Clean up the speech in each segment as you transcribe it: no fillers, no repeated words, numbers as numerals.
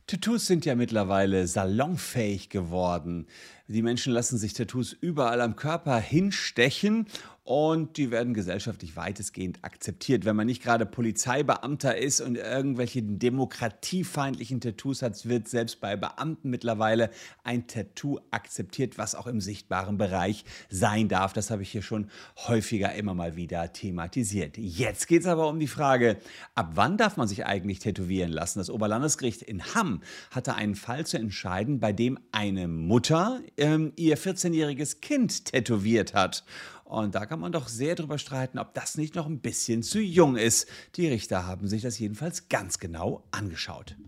Tattoos sind ja mittlerweile salonfähig geworden. Die Menschen lassen sich Tattoos überall am Körper hinstechen und die werden gesellschaftlich weitestgehend akzeptiert. Wenn man nicht gerade Polizeibeamter ist und irgendwelche demokratiefeindlichen Tattoos hat, wird selbst bei Beamten mittlerweile ein Tattoo akzeptiert, was auch im sichtbaren Bereich sein darf. Das habe ich hier schon häufiger immer mal wieder thematisiert. Jetzt geht es aber um die Frage, ab wann darf man sich eigentlich tätowieren lassen? Das Oberlandesgericht in Hamm hatte einen Fall zu entscheiden, bei dem eine Mutter ihr 14-jähriges Kind tätowiert hat. Und da kann man doch sehr drüber streiten, ob das nicht noch ein bisschen zu jung ist. Die Richter haben sich das jedenfalls ganz genau angeschaut.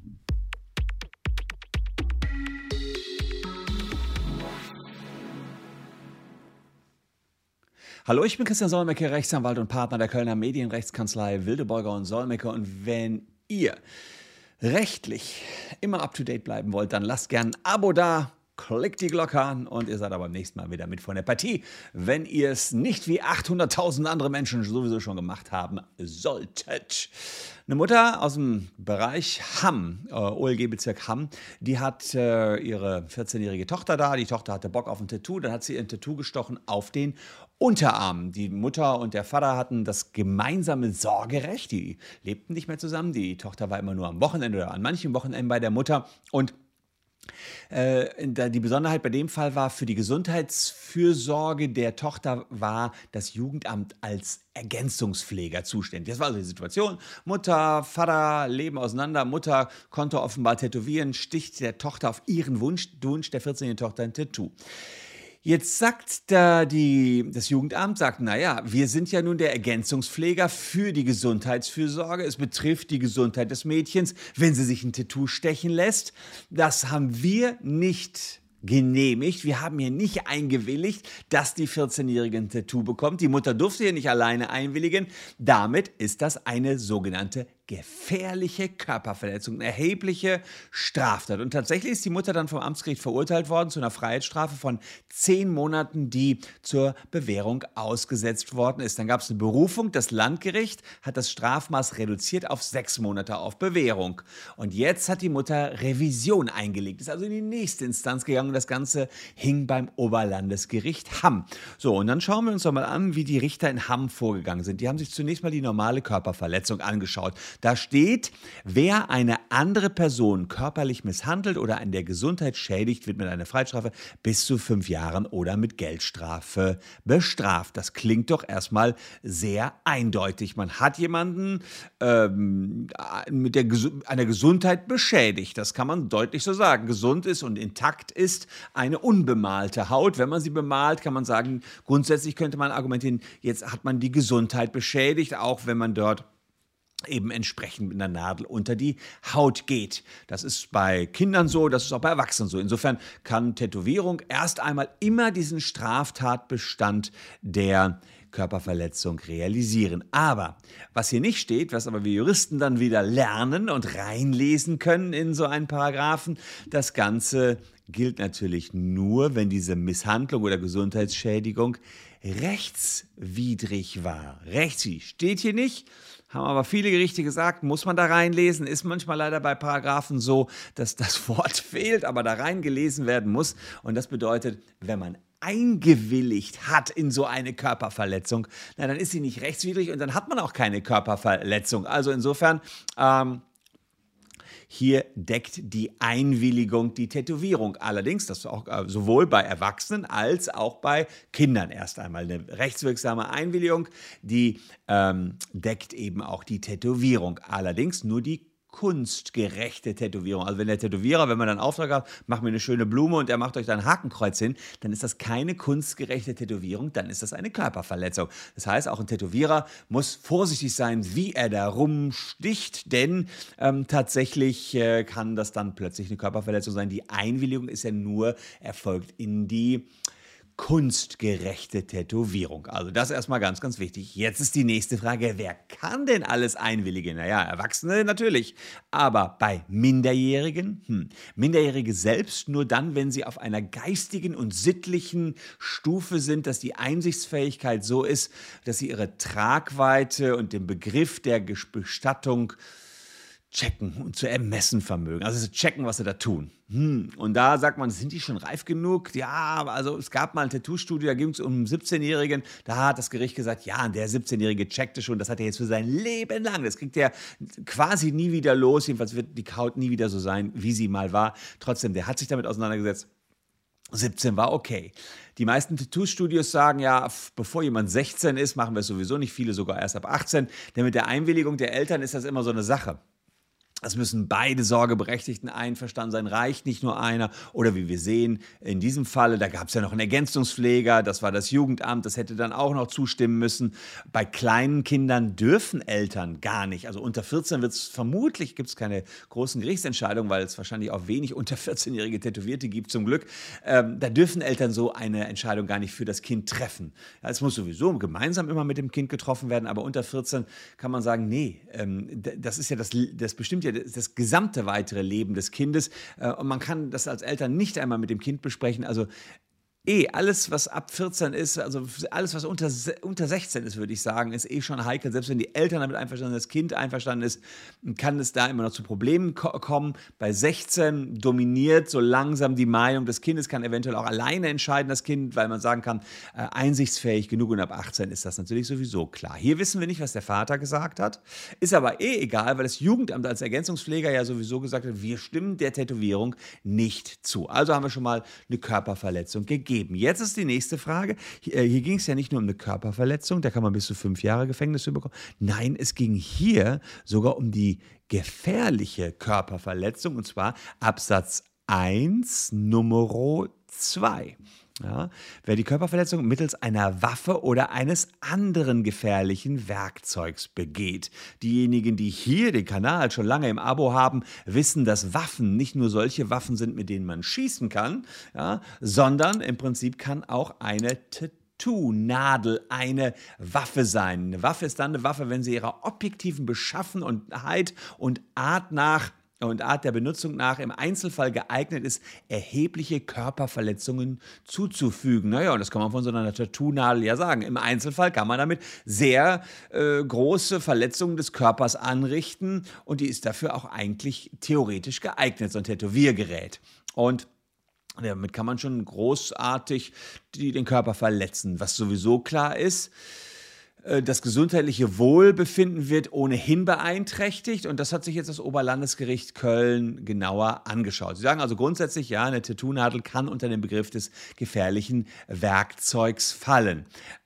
Hallo, ich bin Christian Solmecke, Rechtsanwalt und Partner der Kölner Medienrechtskanzlei Wildeborger und Solmecke. Und wenn ihr rechtlich immer up-to-date bleiben wollt, dann lasst gern ein Abo da. Klickt die Glocke an und ihr seid aber beim nächsten Mal wieder mit von der Partie, wenn ihr es nicht wie 800.000 andere Menschen sowieso schon gemacht haben solltet. Eine Mutter aus dem Bereich Hamm, OLG-Bezirk Hamm, die hat ihre 14-jährige Tochter da. Die Tochter hatte Bock auf ein Tattoo, dann hat sie ihr ein Tattoo gestochen auf den Unterarm. Die Mutter und der Vater hatten das gemeinsame Sorgerecht. Die lebten nicht mehr zusammen. Die Tochter war immer nur am Wochenende oder an manchen Wochenenden bei der Mutter und die Besonderheit bei dem Fall war, für die Gesundheitsfürsorge der Tochter war das Jugendamt als Ergänzungspfleger zuständig. Das war also die Situation. Mutter, Vater leben auseinander. Mutter konnte offenbar tätowieren, sticht der Tochter auf ihren Wunsch der 14-jährigen Tochter ein Tattoo. Jetzt sagt das Jugendamt, naja, wir sind ja nun der Ergänzungspfleger für die Gesundheitsfürsorge. Es betrifft die Gesundheit des Mädchens, wenn sie sich ein Tattoo stechen lässt. Das haben wir nicht genehmigt. Wir haben hier nicht eingewilligt, dass die 14-Jährige ein Tattoo bekommt. Die Mutter durfte hier nicht alleine einwilligen. Damit ist das eine sogenannte gefährliche Körperverletzung, eine erhebliche Straftat. Und tatsächlich ist die Mutter dann vom Amtsgericht verurteilt worden zu einer Freiheitsstrafe von 10 Monaten, die zur Bewährung ausgesetzt worden ist. Dann gab es eine Berufung. Das Landgericht hat das Strafmaß reduziert auf 6 Monate auf Bewährung. Und jetzt hat die Mutter Revision eingelegt, ist also in die nächste Instanz gegangen und das Ganze hing beim Oberlandesgericht Hamm. So, und dann schauen wir uns doch mal an, wie die Richter in Hamm vorgegangen sind. Die haben sich zunächst mal die normale Körperverletzung angeschaut. Da steht, wer eine andere Person körperlich misshandelt oder an der Gesundheit schädigt, wird mit einer Freiheitsstrafe bis zu 5 Jahren oder mit Geldstrafe bestraft. Das klingt doch erstmal sehr eindeutig. Man hat jemanden mit einer Gesundheit beschädigt. Das kann man deutlich so sagen. Gesund ist und intakt ist eine unbemalte Haut. Wenn man sie bemalt, kann man sagen, grundsätzlich könnte man argumentieren, jetzt hat man die Gesundheit beschädigt, auch wenn man dort eben entsprechend mit einer Nadel unter die Haut geht. Das ist bei Kindern so, das ist auch bei Erwachsenen so. Insofern kann Tätowierung erst einmal immer diesen Straftatbestand der Körperverletzung realisieren. Aber was hier nicht steht, was aber wir Juristen dann wieder lernen und reinlesen können in so einen Paragraphen, das Ganze gilt natürlich nur, wenn diese Misshandlung oder Gesundheitsschädigung rechtswidrig war. Rechtswidrig steht hier nicht. Haben aber viele Gerichte gesagt, muss man da reinlesen, ist manchmal leider bei Paragraphen so, dass das Wort fehlt, aber da reingelesen werden muss. Und das bedeutet, wenn man eingewilligt hat in so eine Körperverletzung, dann ist sie nicht rechtswidrig und dann hat man auch keine Körperverletzung. Also insofern, hier deckt die Einwilligung die Tätowierung. Allerdings, das auch sowohl bei Erwachsenen als auch bei Kindern erst einmal eine rechtswirksame Einwilligung, die deckt eben auch die Tätowierung. Allerdings nur die kunstgerechte Tätowierung. Also wenn der Tätowierer, wenn man dann Auftrag hat, macht mir eine schöne Blume und er macht euch da ein Hakenkreuz hin, dann ist das keine kunstgerechte Tätowierung, dann ist das eine Körperverletzung. Das heißt, auch ein Tätowierer muss vorsichtig sein, wie er da rumsticht, denn tatsächlich kann das dann plötzlich eine Körperverletzung sein. Die Einwilligung ist ja nur erfolgt in die kunstgerechte Tätowierung. Also das erstmal ganz, ganz wichtig. Jetzt ist die nächste Frage, wer kann denn alles einwilligen? Naja, Erwachsene natürlich, aber bei Minderjährigen? Minderjährige selbst nur dann, wenn sie auf einer geistigen und sittlichen Stufe sind, dass die Einsichtsfähigkeit so ist, dass sie ihre Tragweite und den Begriff der Bestattung checken und zu ermessen vermögen. Also zu checken, was sie da tun. Und da sagt man, sind die schon reif genug? Ja, also es gab mal ein Tattoo-Studio, da ging es um einen 17-Jährigen. Da hat das Gericht gesagt, ja, der 17-Jährige checkte schon, das hat er jetzt für sein Leben lang. Das kriegt er quasi nie wieder los. Jedenfalls wird die Haut nie wieder so sein, wie sie mal war. Trotzdem, der hat sich damit auseinandergesetzt. 17 war okay. Die meisten Tattoo-Studios sagen ja, bevor jemand 16 ist, machen wir es sowieso nicht. Viele sogar erst ab 18. Denn mit der Einwilligung der Eltern ist das immer so eine Sache. Es müssen beide Sorgeberechtigten einverstanden sein, reicht nicht nur einer. Oder wie wir sehen, in diesem Falle, da gab es ja noch einen Ergänzungspfleger, das war das Jugendamt, das hätte dann auch noch zustimmen müssen. Bei kleinen Kindern dürfen Eltern gar nicht. Also unter 14 wird es vermutlich, gibt es keine großen Gerichtsentscheidungen, weil es wahrscheinlich auch wenig unter 14-jährige Tätowierte gibt, zum Glück. Da dürfen Eltern so eine Entscheidung gar nicht für das Kind treffen. Ja, es muss sowieso gemeinsam immer mit dem Kind getroffen werden, aber unter 14 kann man sagen, nee, das ist ja das bestimmt ja das gesamte weitere Leben des Kindes. Und man kann das als Eltern nicht einmal mit dem Kind besprechen. Also alles, was ab 14 ist, also alles, was unter 16 ist, würde ich sagen, ist schon heikel. Selbst wenn die Eltern damit einverstanden sind, das Kind einverstanden ist, kann es da immer noch zu Problemen kommen. Bei 16 dominiert so langsam die Meinung des Kindes, kann eventuell auch alleine entscheiden, das Kind, weil man sagen kann, einsichtsfähig genug, und ab 18 ist das natürlich sowieso klar. Hier wissen wir nicht, was der Vater gesagt hat, ist aber egal, weil das Jugendamt als Ergänzungspfleger ja sowieso gesagt hat, wir stimmen der Tätowierung nicht zu. Also haben wir schon mal eine Körperverletzung gegeben. Jetzt ist die nächste Frage. Hier ging es ja nicht nur um eine Körperverletzung, da kann man bis zu 5 Jahre Gefängnis für bekommen. Nein, es ging hier sogar um die gefährliche Körperverletzung, und zwar Absatz 1 Nummer 2. Ja, wer die Körperverletzung mittels einer Waffe oder eines anderen gefährlichen Werkzeugs begeht. Diejenigen, die hier den Kanal schon lange im Abo haben, wissen, dass Waffen nicht nur solche Waffen sind, mit denen man schießen kann, ja, sondern im Prinzip kann auch eine Tattoo-Nadel eine Waffe sein. Eine Waffe ist dann eine Waffe, wenn sie ihrer objektiven Beschaffenheit und Art der Benutzung nach im Einzelfall geeignet ist, erhebliche Körperverletzungen zuzufügen. Naja, und das kann man von so einer Tattoo-Nadel ja sagen. Im Einzelfall kann man damit sehr große Verletzungen des Körpers anrichten, und die ist dafür auch eigentlich theoretisch geeignet, so ein Tätowiergerät. Und damit kann man schon großartig den Körper verletzen. Was sowieso klar ist, das gesundheitliche Wohlbefinden wird ohnehin beeinträchtigt, und das hat sich jetzt das Oberlandesgericht Köln genauer angeschaut. Sie sagen also grundsätzlich, ja, eine Tattoo-Nadel kann unter den Begriff des gefährlichen Werkzeugs fallen.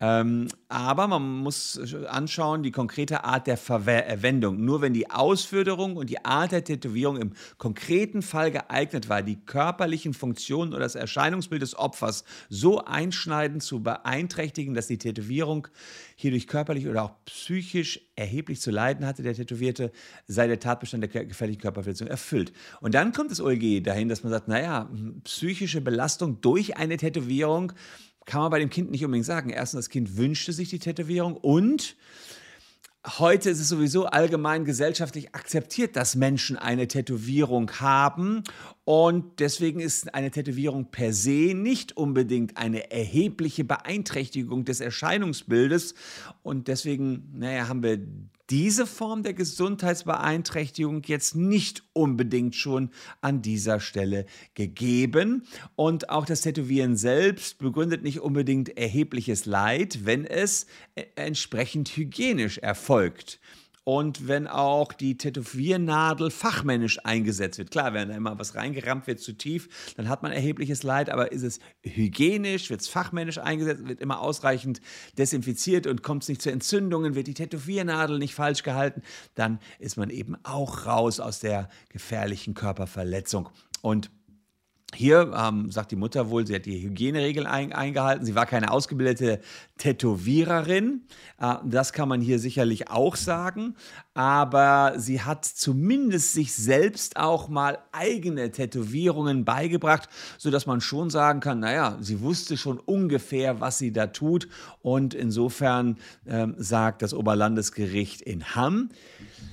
Aber man muss anschauen, die konkrete Art der Verwendung. Nur wenn die Ausführung und die Art der Tätowierung im konkreten Fall geeignet war, die körperlichen Funktionen oder das Erscheinungsbild des Opfers so einschneidend zu beeinträchtigen, dass die Tätowierung hierdurch körperlich oder auch psychisch erheblich zu leiden hatte, der Tätowierte, sei der Tatbestand der gefährlichen Körperverletzung erfüllt. Und dann kommt das OLG dahin, dass man sagt, naja, psychische Belastung durch eine Tätowierung kann man bei dem Kind nicht unbedingt sagen. Erstens, das Kind wünschte sich die Tätowierung, und heute ist es sowieso allgemein gesellschaftlich akzeptiert, dass Menschen eine Tätowierung haben, und deswegen ist eine Tätowierung per se nicht unbedingt eine erhebliche Beeinträchtigung des Erscheinungsbildes, und deswegen, haben wir diese Form der Gesundheitsbeeinträchtigung jetzt nicht unbedingt schon an dieser Stelle gegeben. Und auch das Tätowieren selbst begründet nicht unbedingt erhebliches Leid, wenn es entsprechend hygienisch erfolgt. Und wenn auch die Tätowiernadel fachmännisch eingesetzt wird. Klar, wenn da immer was reingerammt wird zu tief, dann hat man erhebliches Leid, aber ist es hygienisch, wird es fachmännisch eingesetzt, wird immer ausreichend desinfiziert und kommt es nicht zu Entzündungen, wird die Tätowiernadel nicht falsch gehalten, dann ist man eben auch raus aus der gefährlichen Körperverletzung. Und hier sagt die Mutter wohl, sie hat die Hygieneregeln eingehalten. Sie war keine ausgebildete Tätowiererin. Das kann man hier sicherlich auch sagen. Aber sie hat zumindest sich selbst auch mal eigene Tätowierungen beigebracht, sodass man schon sagen kann, naja, sie wusste schon ungefähr, was sie da tut. Und insofern sagt das Oberlandesgericht in Hamm,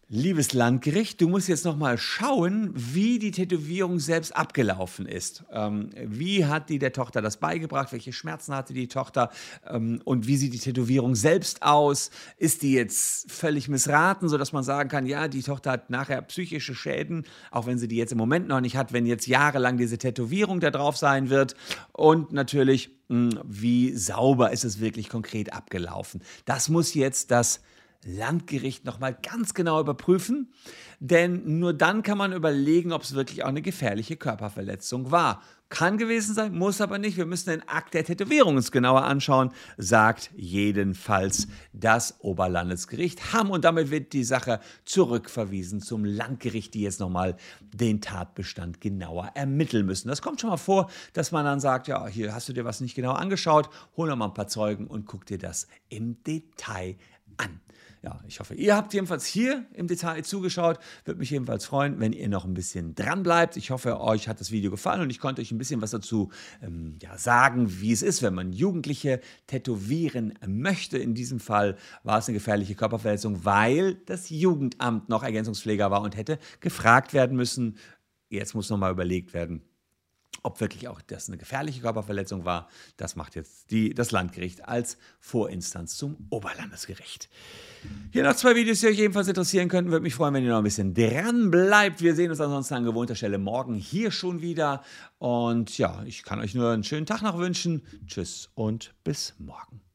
Liebes Landgericht, du musst jetzt noch mal schauen, wie die Tätowierung selbst abgelaufen ist. Wie hat die der Tochter das beigebracht? Welche Schmerzen hatte die Tochter? Und wie sieht die Tätowierung selbst aus? Ist die jetzt völlig missraten, sodass man sagen kann, ja, die Tochter hat nachher psychische Schäden, auch wenn sie die jetzt im Moment noch nicht hat, wenn jetzt jahrelang diese Tätowierung da drauf sein wird? Und natürlich, wie sauber ist es wirklich konkret abgelaufen? Das muss jetzt das Landgericht nochmal ganz genau überprüfen, denn nur dann kann man überlegen, ob es wirklich auch eine gefährliche Körperverletzung war. Kann gewesen sein, muss aber nicht. Wir müssen den Akt der Tätowierung uns genauer anschauen, sagt jedenfalls das Oberlandesgericht Hamm. Und damit wird die Sache zurückverwiesen zum Landgericht, die jetzt nochmal den Tatbestand genauer ermitteln müssen. Das kommt schon mal vor, dass man dann sagt, ja, hier hast du dir was nicht genau angeschaut, hol noch mal ein paar Zeugen und guck dir das im Detail an. Ja, ich hoffe, ihr habt jedenfalls hier im Detail zugeschaut. Würde mich jedenfalls freuen, wenn ihr noch ein bisschen dran bleibt. Ich hoffe, euch hat das Video gefallen und ich konnte euch ein bisschen was dazu sagen, wie es ist, wenn man Jugendliche tätowieren möchte. In diesem Fall war es eine gefährliche Körperverletzung, weil das Jugendamt noch Ergänzungspfleger war und hätte gefragt werden müssen. Jetzt muss nochmal überlegt werden, ob wirklich auch das eine gefährliche Körperverletzung war. Das macht jetzt das Landgericht als Vorinstanz zum Oberlandesgericht. Hier noch 2 Videos, die euch ebenfalls interessieren könnten. Würde mich freuen, wenn ihr noch ein bisschen dran bleibt. Wir sehen uns ansonsten an gewohnter Stelle morgen hier schon wieder. Und ja, ich kann euch nur einen schönen Tag noch wünschen. Tschüss und bis morgen.